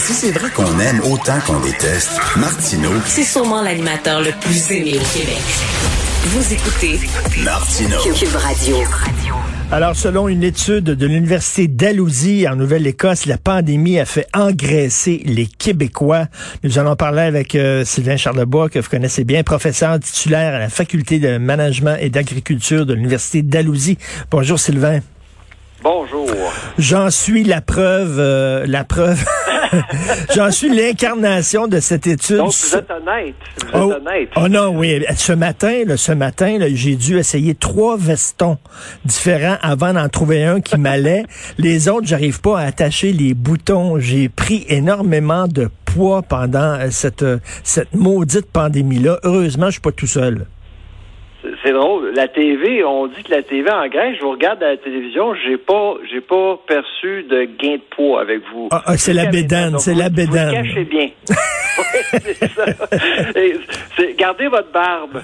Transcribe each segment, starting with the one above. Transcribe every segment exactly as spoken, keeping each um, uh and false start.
Si c'est vrai qu'on aime autant qu'on déteste, Martineau, c'est sûrement l'animateur le plus aimé au Québec. Vous écoutez Martineau. Cube Radio. Alors, selon une étude de l'Université Dalhousie en Nouvelle-Écosse, la pandémie a fait engraisser les Québécois. Nous allons parler avec euh, Sylvain Charlebois, que vous connaissez bien, professeur titulaire à la Faculté de management et d'agriculture de l'Université Dalhousie. Bonjour Sylvain. Bonjour. J'en suis la preuve, euh, la preuve. J'en suis l'incarnation de cette étude. Donc, vous êtes honnête. Vous oh, êtes honnête. Oh non, oui. Ce matin, là, ce matin, là, j'ai dû essayer trois vestons différents avant d'en trouver un qui m'allait. Les autres, j'arrive pas à attacher les boutons. J'ai pris énormément de poids pendant cette, cette maudite pandémie-là. Heureusement, je suis pas tout seul. C'est drôle. La T V, on dit que la T V engraisse. Je vous regarde à la télévision, j'ai pas, j'ai pas perçu de gain de poids avec vous. Ah, ah c'est la bédane, c'est la bédane. Vous le cachez bien. Oui, c'est ça. Et, c'est, gardez votre barbe.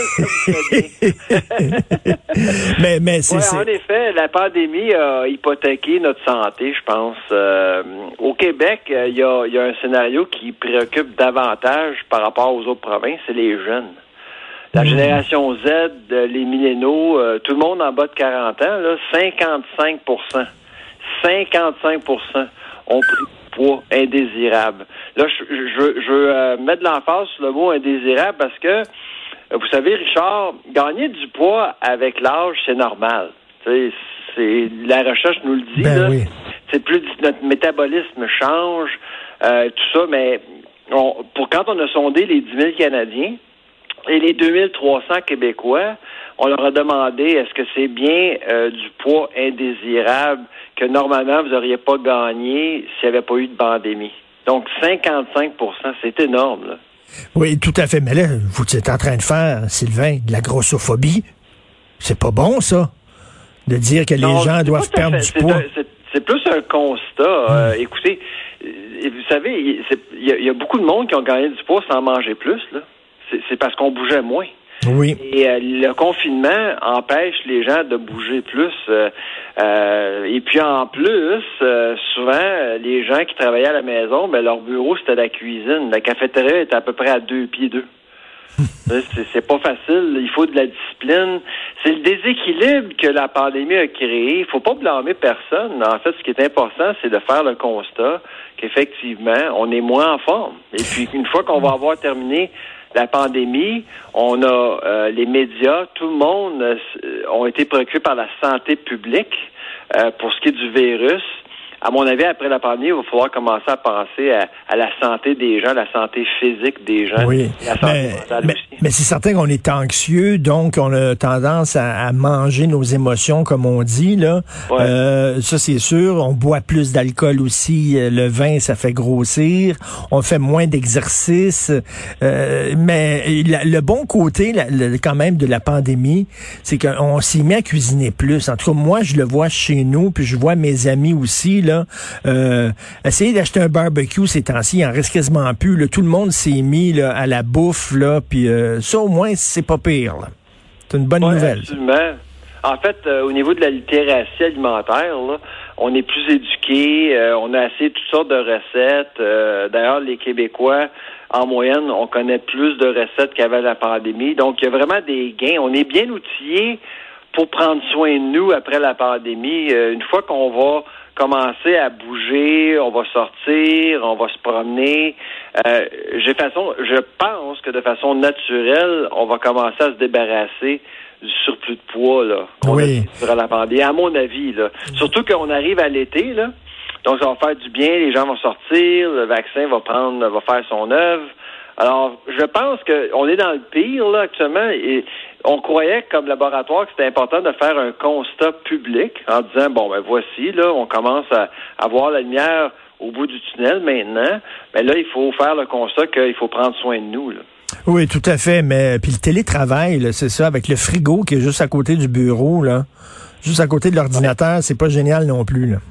mais, mais c'est, ouais, c'est... En effet, la pandémie a hypothéqué notre santé, je pense. Euh, au Québec, il y a, y a un scénario qui préoccupe davantage par rapport aux autres provinces, c'est les jeunes. La génération Z, les millénaux, euh, tout le monde en bas de quarante ans, là, cinquante-cinq pour cent. cinquante-cinq pour cent ont pris du poids indésirable. Là, je, je, je veux euh, mettre de l'emphase sur le mot indésirable parce que, euh, vous savez, Richard, gagner du poids avec l'âge, c'est normal. Tu sais, c'est, la recherche nous le dit. Ben là. Oui. C'est plus notre métabolisme change, euh, tout ça, mais on, pour quand on a sondé les dix mille Canadiens, et les deux mille trois cents Québécois, on leur a demandé est-ce que c'est bien euh, du poids indésirable que normalement vous n'auriez pas gagné s'il n'y avait pas eu de pandémie. Donc cinquante-cinq pour cent, c'est énorme, là. Oui, tout à fait. Mais là, vous êtes en train de faire, Sylvain, de la grossophobie. C'est pas bon, ça, de dire que non, les gens doivent perdre fait. du poids. C'est, c'est, c'est plus un constat. Hum. Euh, écoutez, vous savez, il y, y a beaucoup de monde qui ont gagné du poids sans manger plus, là. C'est, c'est parce qu'on bougeait moins. Oui. Et euh, le confinement empêche les gens de bouger plus. Euh, euh, et puis en plus, euh, souvent, les gens qui travaillaient à la maison, ben leur bureau, c'était la cuisine. La cafétéria était à peu près à deux pieds d'eux. c'est, c'est pas facile. Il faut de la discipline. C'est le déséquilibre que la pandémie a créé. Il faut pas blâmer personne. En fait, ce qui est important, c'est de faire le constat qu'effectivement, on est moins en forme. Et puis, une fois qu'on va avoir terminé la pandémie, on a euh, les médias, tout le monde euh, ont été préoccupés par la santé publique euh, pour ce qui est du virus. À mon avis, après la pandémie, il va falloir commencer à penser à, à la santé des gens, la santé physique des gens. Oui, la santé mais, mentale mais, aussi. mais c'est certain qu'on est anxieux, donc on a tendance à, à manger nos émotions, comme on dit, là. Ouais. Euh, ça, c'est sûr. On boit plus d'alcool aussi. Le vin, ça fait grossir. On fait moins d'exercice. Euh, mais la, le bon côté, la, le, quand même, de la pandémie, c'est qu'on s'y met à cuisiner plus. En tout cas, moi, je le vois chez nous, puis je vois mes amis aussi, là, euh, essayer d'acheter un barbecue ces temps-ci, il en reste quasiment plus. Là. Tout le monde s'est mis là, à la bouffe, là, puis euh, ça au moins c'est pas pire. Là. C'est une bonne ouais, nouvelle. Absolument. En fait, euh, au niveau de la littératie alimentaire, là, on est plus éduqués, euh, on a assez toutes sortes de recettes. Euh, d'ailleurs, les Québécois, en moyenne, on connaît plus de recettes qu'avant la pandémie. Donc, il y a vraiment des gains. On est bien outillés pour prendre soin de nous après la pandémie. Euh, une fois qu'on va commencer à bouger, on va sortir, on va se promener. Euh, j'ai façon, je pense que de façon naturelle, on va commencer à se débarrasser du surplus de poids là qu'on oui. a durant la pandémie, à mon avis là. Surtout qu'on arrive à l'été là, donc ça va faire du bien, les gens vont sortir, le vaccin va prendre, va faire son œuvre. Alors, je pense que on est dans le pire là actuellement et on croyait comme laboratoire que c'était important de faire un constat public en disant bon ben voici là, on commence à, à voir la lumière au bout du tunnel maintenant, mais là il faut faire le constat qu'il faut prendre soin de nous là. Oui, tout à fait, mais puis le télétravail, là, c'est ça, avec le frigo qui est juste à côté du bureau là, juste à côté de l'ordinateur, c'est pas génial non plus là.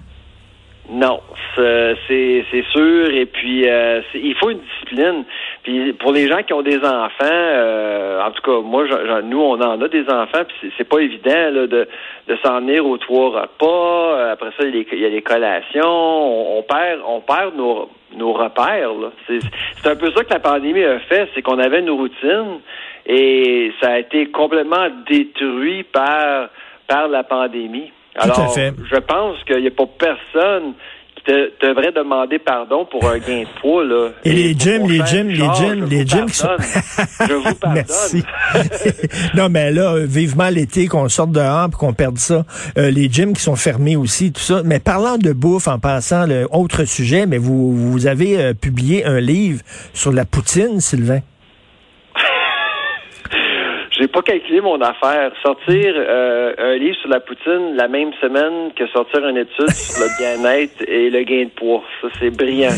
Non, c'est, c'est, c'est sûr. Et puis, euh, c'est, il faut une discipline. Puis, pour les gens qui ont des enfants, euh, en tout cas, moi, j'en, nous, on en a des enfants. Puis, c'est, c'est pas évident là, de, de s'en venir aux trois repas. Après ça, il y a les, il y a les collations. On, on perd, on perd nos, nos repères. Là. C'est, c'est un peu ça que la pandémie a fait, c'est qu'on avait nos routines et ça a été complètement détruit par par la pandémie. Alors, Tout à fait. je pense qu'il n'y a pas personne qui te, devrait demander pardon pour un gain de poids. Là. Et, et les gyms, les gyms, gyms, les gyms, les gyms qui sont... Je vous pardonne. Merci. Non, mais là, vivement l'été, qu'on sorte dehors et qu'on perde ça. Euh, les gyms qui sont fermés aussi, tout ça. Mais parlant de bouffe, en passant, le autre sujet, mais vous, vous avez euh, publié un livre sur la poutine, Sylvain. J'ai pas calculé mon affaire. Sortir euh, un livre sur la poutine la même semaine que sortir une étude sur le bien-être et le gain de poids. Ça, c'est brillant.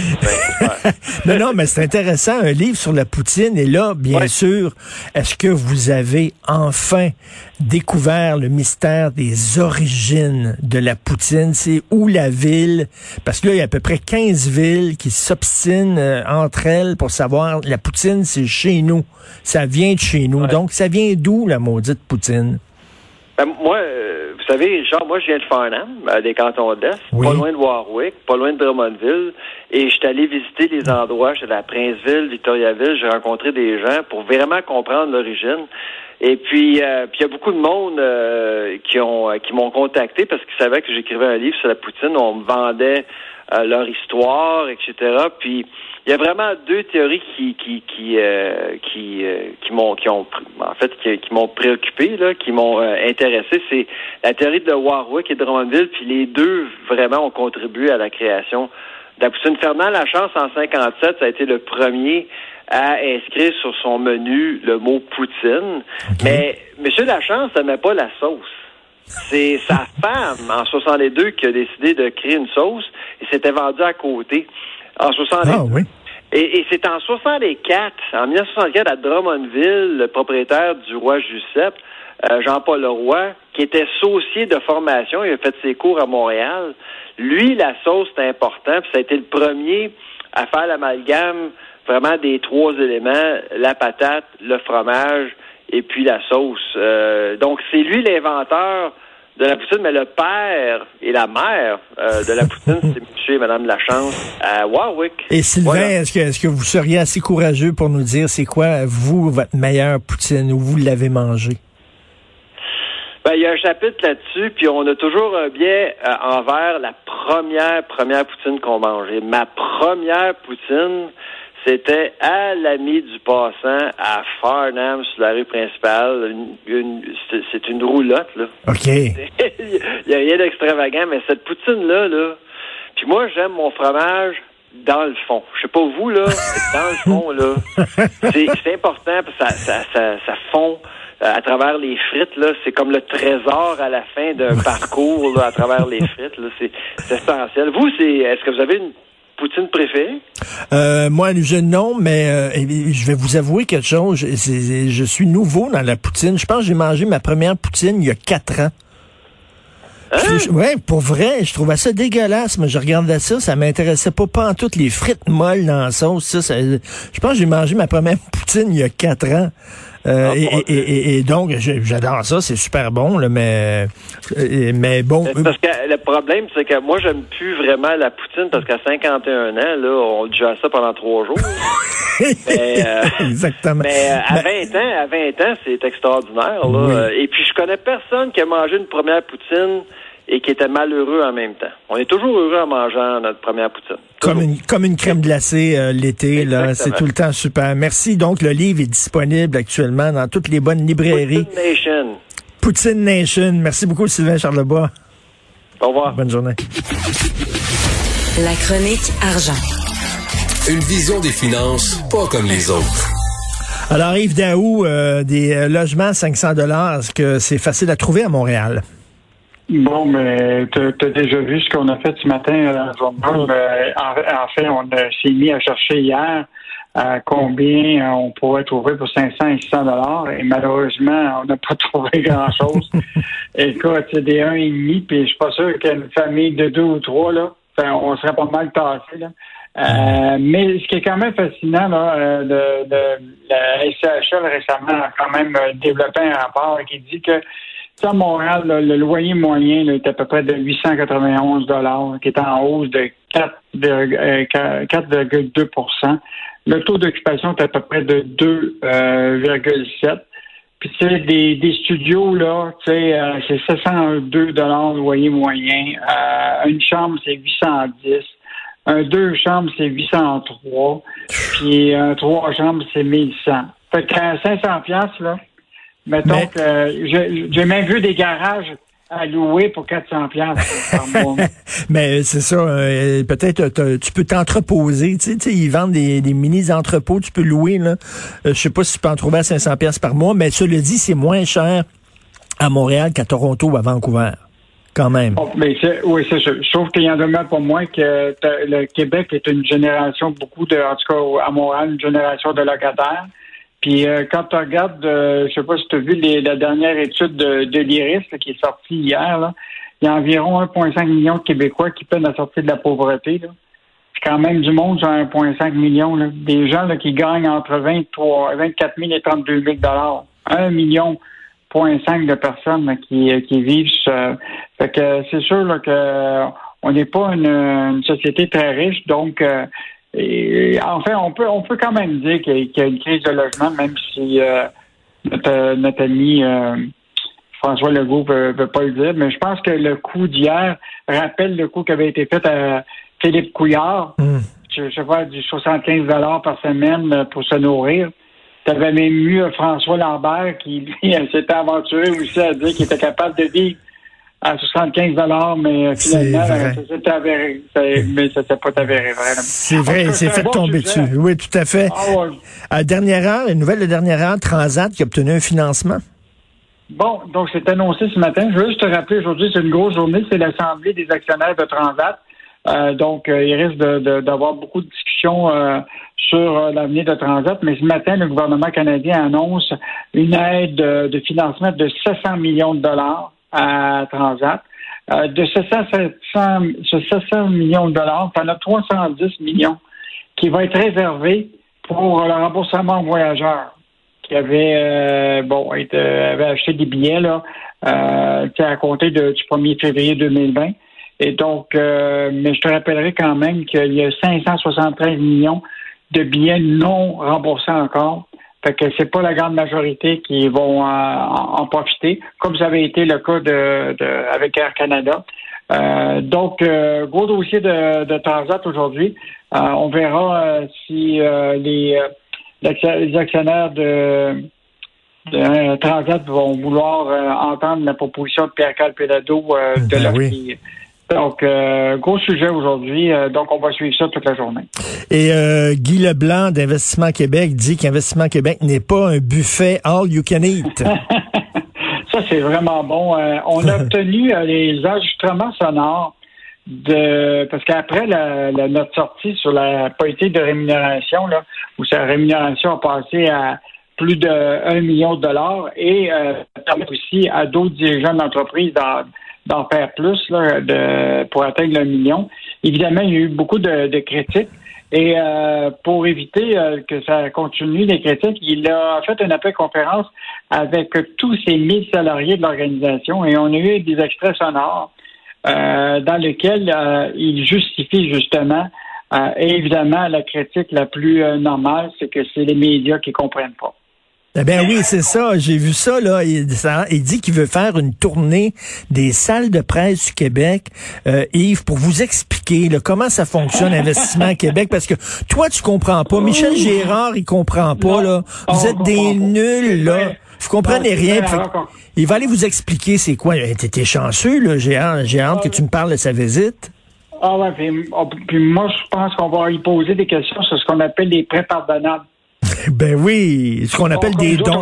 non, non, mais c'est intéressant, un livre sur la poutine. Et là, bien ouais. sûr, est-ce que vous avez enfin découvert le mystère des origines de la poutine? C'est où la ville? Parce que là, il y a à peu près quinze villes qui s'obstinent euh, entre elles pour savoir, la poutine, c'est chez nous. Ça vient de chez nous. Ouais. Donc, ça vient d'où, la maudite poutine? Ben, moi, euh, vous savez, Richard, moi, je viens de Farnham, euh, des cantons d'Est, oui. pas loin de Warwick, pas loin de Drummondville, et je suis allé visiter les endroits, j'étais à Princeville, Victoriaville, j'ai rencontré des gens pour vraiment comprendre l'origine. Et puis, euh, puis il y a beaucoup de monde euh, qui ont euh, qui m'ont contacté parce qu'ils savaient que j'écrivais un livre sur la poutine. On me vendait euh, leur histoire, et cetera. Puis il y a vraiment deux théories qui qui qui euh, qui euh, qui m'ont qui ont en fait qui, qui m'ont préoccupé là, qui m'ont euh, intéressé. C'est la théorie de Warwick et de Drummondville. Puis les deux vraiment ont contribué à la création de la poutine. Fernand Lachance en cinquante-sept, ça a été le premier à inscrire sur son menu le mot poutine. Okay. Mais M. Lachance n'aimait pas la sauce. C'est sa femme, en soixante-deux, qui a décidé de créer une sauce et s'était vendue à côté. En soixante-deux. Ah oui. Et, et c'est en soixante-quatre, en dix-neuf soixante-quatre, à Drummondville, le propriétaire du roi Giuseppe, euh, Jean-Paul Leroy, qui était saucier de formation, il a fait ses cours à Montréal. Lui, la sauce, c'était important, puis ça a été le premier à faire l'amalgame vraiment des trois éléments, la patate, le fromage et puis la sauce. Euh, donc, c'est lui l'inventeur de la poutine, mais le père et la mère euh, de la poutine, c'est monsieur et madame Lachance à Warwick. Et Sylvain, voilà. est-ce que, est-ce que vous seriez assez courageux pour nous dire c'est quoi, vous, votre meilleure poutine, où vous l'avez mangée? Ben, il y a un chapitre là-dessus, puis on a toujours un biais euh, envers la première, première poutine qu'on mangeait. Ma première poutine, c'était à l'Ami du Passant, à Farnham, sur la rue principale. Une, une, c'est, c'est une roulotte, là. OK. Il n'y a rien d'extravagant, mais cette poutine-là, là, puis moi, j'aime mon fromage dans le fond. Je sais pas vous, là, mais dans le fond, là, c'est, c'est important, parce que ça, ça, ça, ça fond à travers les frites, là, c'est comme le trésor à la fin d'un parcours, là, à travers les frites, là, c'est, c'est essentiel. Vous, c'est, est-ce que vous avez une poutine préférée? Euh, moi, je non, mais euh, je vais vous avouer quelque chose. Je, c'est, je suis nouveau dans la poutine. Je pense que j'ai mangé ma première poutine il y a quatre ans. Hein? Je, ouais, pour vrai, je trouvais ça dégueulasse, mais je regardais ça, ça m'intéressait pas, pas en toutes les frites molles dans la sauce. Ça, ça, je pense que j'ai mangé ma première poutine il y a quatre ans. Euh, ah, et, bon, et, et, et donc, j'adore ça, c'est super bon, là, mais mais bon. Parce que le problème, c'est que moi, j'aime plus vraiment la poutine parce qu'à cinquante et un ans, là, on digère ça pendant trois jours. mais, euh, Exactement. Mais à vingt ans, à vingt ans, c'est extraordinaire, là. Oui. Et puis, je connais personne qui a mangé une première poutine et qui était malheureux en même temps. On est toujours heureux en mangeant notre première poutine. Comme une, comme une crème glacée euh, l'été, là, c'est tout le temps super. Merci. Donc, le livre est disponible actuellement dans toutes les bonnes librairies. Poutine Nation. Poutine Nation. Merci beaucoup, Sylvain Charlebois. Au revoir. Bonne journée. La chronique argent. Une vision des finances pas comme les autres. Alors, Yves Daou, euh, des euh, logements à cinq cents dollars, est-ce que c'est facile à trouver à Montréal? Bon, mais tu as déjà vu ce qu'on a fait ce matin dans le journal. Euh, en, en fait, on a, s'est mis à chercher hier à combien on pourrait trouver pour cinq cents et six cents dollars. Et malheureusement, on n'a pas trouvé grand-chose. Écoute, c'est des un et demi, puis je suis pas sûr qu'une famille de deux ou trois, là, on serait pas mal tassé, là. Euh, mais ce qui est quand même fascinant, là, euh, de, de, la S C H L récemment a quand même développé un rapport qui dit que À Montréal, là, le loyer moyen là, est à peu près de huit cent quatre-vingt-onze dollars, qui est en hausse de quatre virgule deux pour cent. Le taux d'occupation est à peu près de deux virgule sept. Puis tu sais, des, des studios, là, tu sais, euh, c'est sept cent deux dollars le loyer moyen. Euh, une chambre, c'est huit cent dix. Un deux chambres, c'est huit cent trois. Puis un trois chambres, c'est mille cent. Fait qu'à cinq cents piastres, là, mettons Mais... que euh, j'ai, j'ai même vu des garages à louer pour quatre cents piastres par mois. Mais c'est ça, euh, peut-être tu peux t'entreposer, tu sais, ils vendent des, des mini-entrepôts, tu peux louer, là. Euh, je sais pas si tu peux en trouver à cinq cents piastres par mois, mais cela dit, c'est moins cher à Montréal qu'à Toronto ou à Vancouver, quand même. Oh, mais c'est, oui, c'est sûr. Je trouve qu'il y en demeure pour moi que le Québec est une génération, beaucoup de, en tout cas à Montréal, une génération de locataires. Puis euh, quand tu regardes, euh, je sais pas si tu as vu les, la dernière étude de, de l'Iris là, qui est sortie hier, là, il y a environ un virgule cinq million de Québécois qui peinent à sortir de la pauvreté. Là. C'est quand même du monde sur un virgule cinq million. Là. Des gens là, qui gagnent entre vingt-trois, vingt-quatre mille et trente-deux mille dollars. Un million point cinq de personnes là, qui, qui vivent. Euh, fait que c'est sûr là, que on n'est pas une, une société très riche, donc euh, Et, enfin, on peut on peut quand même dire qu'il y a, qu'il y a une crise de logement, même si euh, notre, notre ami euh, François Legault ne veut pas le dire. Mais je pense que le coup d'hier rappelle le coup qui avait été fait à Philippe Couillard. Mm. Je, je vois du soixante-quinze dollars par semaine pour se nourrir. Tu avais même eu François Lambert qui lui, s'était aventuré aussi à dire qu'il était capable de vivre à soixante-quinze dollars, mais finalement, ça s'est avéré. Mais ça s'est pas avéré vrai. C'est vrai, il s'est fait bon tomber sujet. dessus. Oui, tout à fait. Ah, ouais. À dernière heure, une nouvelle de dernière heure, Transat qui a obtenu un financement. Bon, donc c'est annoncé ce matin. Je veux juste te rappeler, aujourd'hui, c'est une grosse journée, c'est l'Assemblée des actionnaires de Transat. Euh, donc, euh, il risque de, de, d'avoir beaucoup de discussions euh, sur euh, l'avenir de Transat. Mais ce matin, le gouvernement canadien annonce une aide de, de financement de sept cents millions de dollars à Transat. Euh, de ce sept cents millions de dollars, tu en as trois cent dix millions qui va être réservé pour le remboursement aux voyageurs qui avaient, euh, bon, été, avaient acheté des billets là, euh, à compter de, du premier février deux mille vingt. Et donc, euh, mais je te rappellerai quand même qu'il y a cinq cent soixante-treize millions de billets non remboursés encore. Fait que c'est pas la grande majorité qui vont euh, en, en profiter, comme ça avait été le cas de, de avec Air Canada. Euh, donc, euh, gros dossier de, de Transat aujourd'hui. Euh, on verra euh, si euh, les, les actionnaires de, de euh, Transat vont vouloir euh, entendre la proposition de Pierre-Carl Péladeau euh, de ben leur oui. qui, Donc, euh, gros sujet aujourd'hui. Euh, donc, on va suivre ça toute la journée. Et euh, Guy Leblanc d'Investissement Québec dit qu'Investissement Québec n'est pas un buffet all you can eat. Ça, c'est vraiment bon. Euh, on a obtenu euh, les enregistrements sonores de parce qu'après la, la, notre sortie sur la politique de rémunération, là, où sa rémunération a passé à plus de un million de dollars et euh, permet aussi à d'autres dirigeants d'entreprise d'en d'en faire plus là, de, pour atteindre le million. Évidemment, il y a eu beaucoup de, de critiques. Et euh, pour éviter euh, que ça continue, les critiques, il a fait un appel conférence avec tous ces mille salariés de l'organisation et on a eu des extraits sonores euh, dans lesquels euh, il justifie justement, euh, et évidemment, la critique la plus euh, normale, c'est que c'est les médias qui comprennent pas. Eh ben oui, c'est ça. J'ai vu ça, là. Il, ça, il dit qu'il veut faire une tournée des salles de presse du Québec, euh, Yves, pour vous expliquer là, comment ça fonctionne, Investissement Québec, parce que toi, tu comprends pas. Michel Gérard, il comprend pas, là. Vous êtes des nuls, là. Vous comprenez rien. Il va aller vous expliquer c'est quoi. T'es chanceux, là. J'ai hâte, j'ai hâte que tu me parles de sa visite. Ah ouais, puis, puis moi, je pense qu'on va lui poser des questions sur ce qu'on appelle les prêts pardonnables. Ben oui, ce qu'on appelle oh, des dons.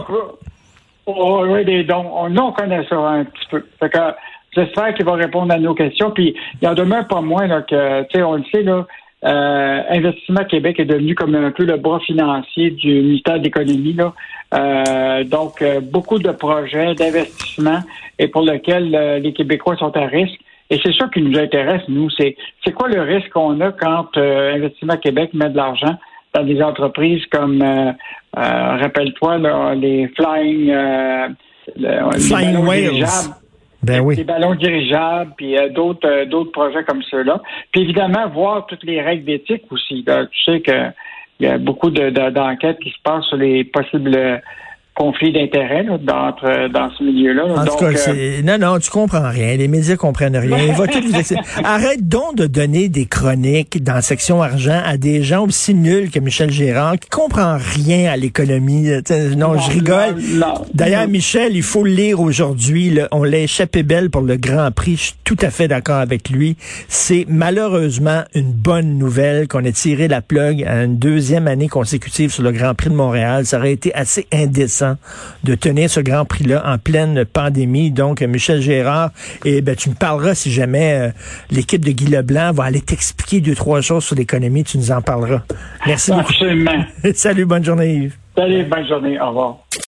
Oh, oui, des dons. On, nous, on connaît ça un petit peu. Fait que j'espère qu'il va répondre à nos questions. Puis, il en demeure pas moins là, que, tu sais, on le sait, là, euh, Investissement Québec est devenu comme un peu le bras financier du ministère de l'Économie. Là. Euh, donc, euh, beaucoup de projets d'investissement et pour lesquels euh, les Québécois sont à risque. Et c'est ça qui nous intéresse, nous. C'est, c'est quoi le risque qu'on a quand euh, Investissement Québec met de l'argent dans des entreprises comme, euh, euh, rappelle-toi, là, les Flying, euh, le, Flying les ballons Whales. dirigeables. Ben oui. Des ballons dirigeables, puis euh, d'autres euh, d'autres projets comme ceux-là. Puis évidemment, voir toutes les règles d'éthique aussi. Là, tu sais que il y a beaucoup de, de, d'enquêtes qui se passent sur les possibles conflits d'intérêts là, dans, dans ce milieu-là. En donc, tout cas, euh, c'est... non, non, tu comprends rien. Les médias comprennent rien. Il va tout vous expliquer. Arrête donc de donner des chroniques dans Section Argent à des gens aussi nuls que Michel Gérard qui comprend rien à l'économie. T'sais, non, non, je rigole. Non, non. D'ailleurs, Michel, il faut le lire aujourd'hui. Là. On l'a échappé belle pour le Grand Prix. Je suis tout à fait d'accord avec lui. C'est malheureusement une bonne nouvelle qu'on ait tiré la plug à une deuxième année consécutive sur le Grand Prix de Montréal. Ça aurait été assez indécent de tenir ce Grand Prix-là en pleine pandémie. Donc, Michel Gérard, et ben, tu me parleras si jamais euh, l'équipe de Guy Leblanc va aller t'expliquer deux, trois choses sur l'économie. Tu nous en parleras. Merci beaucoup. Absolument. Salut, bonne journée, Yves. Salut, bonne journée. Au revoir.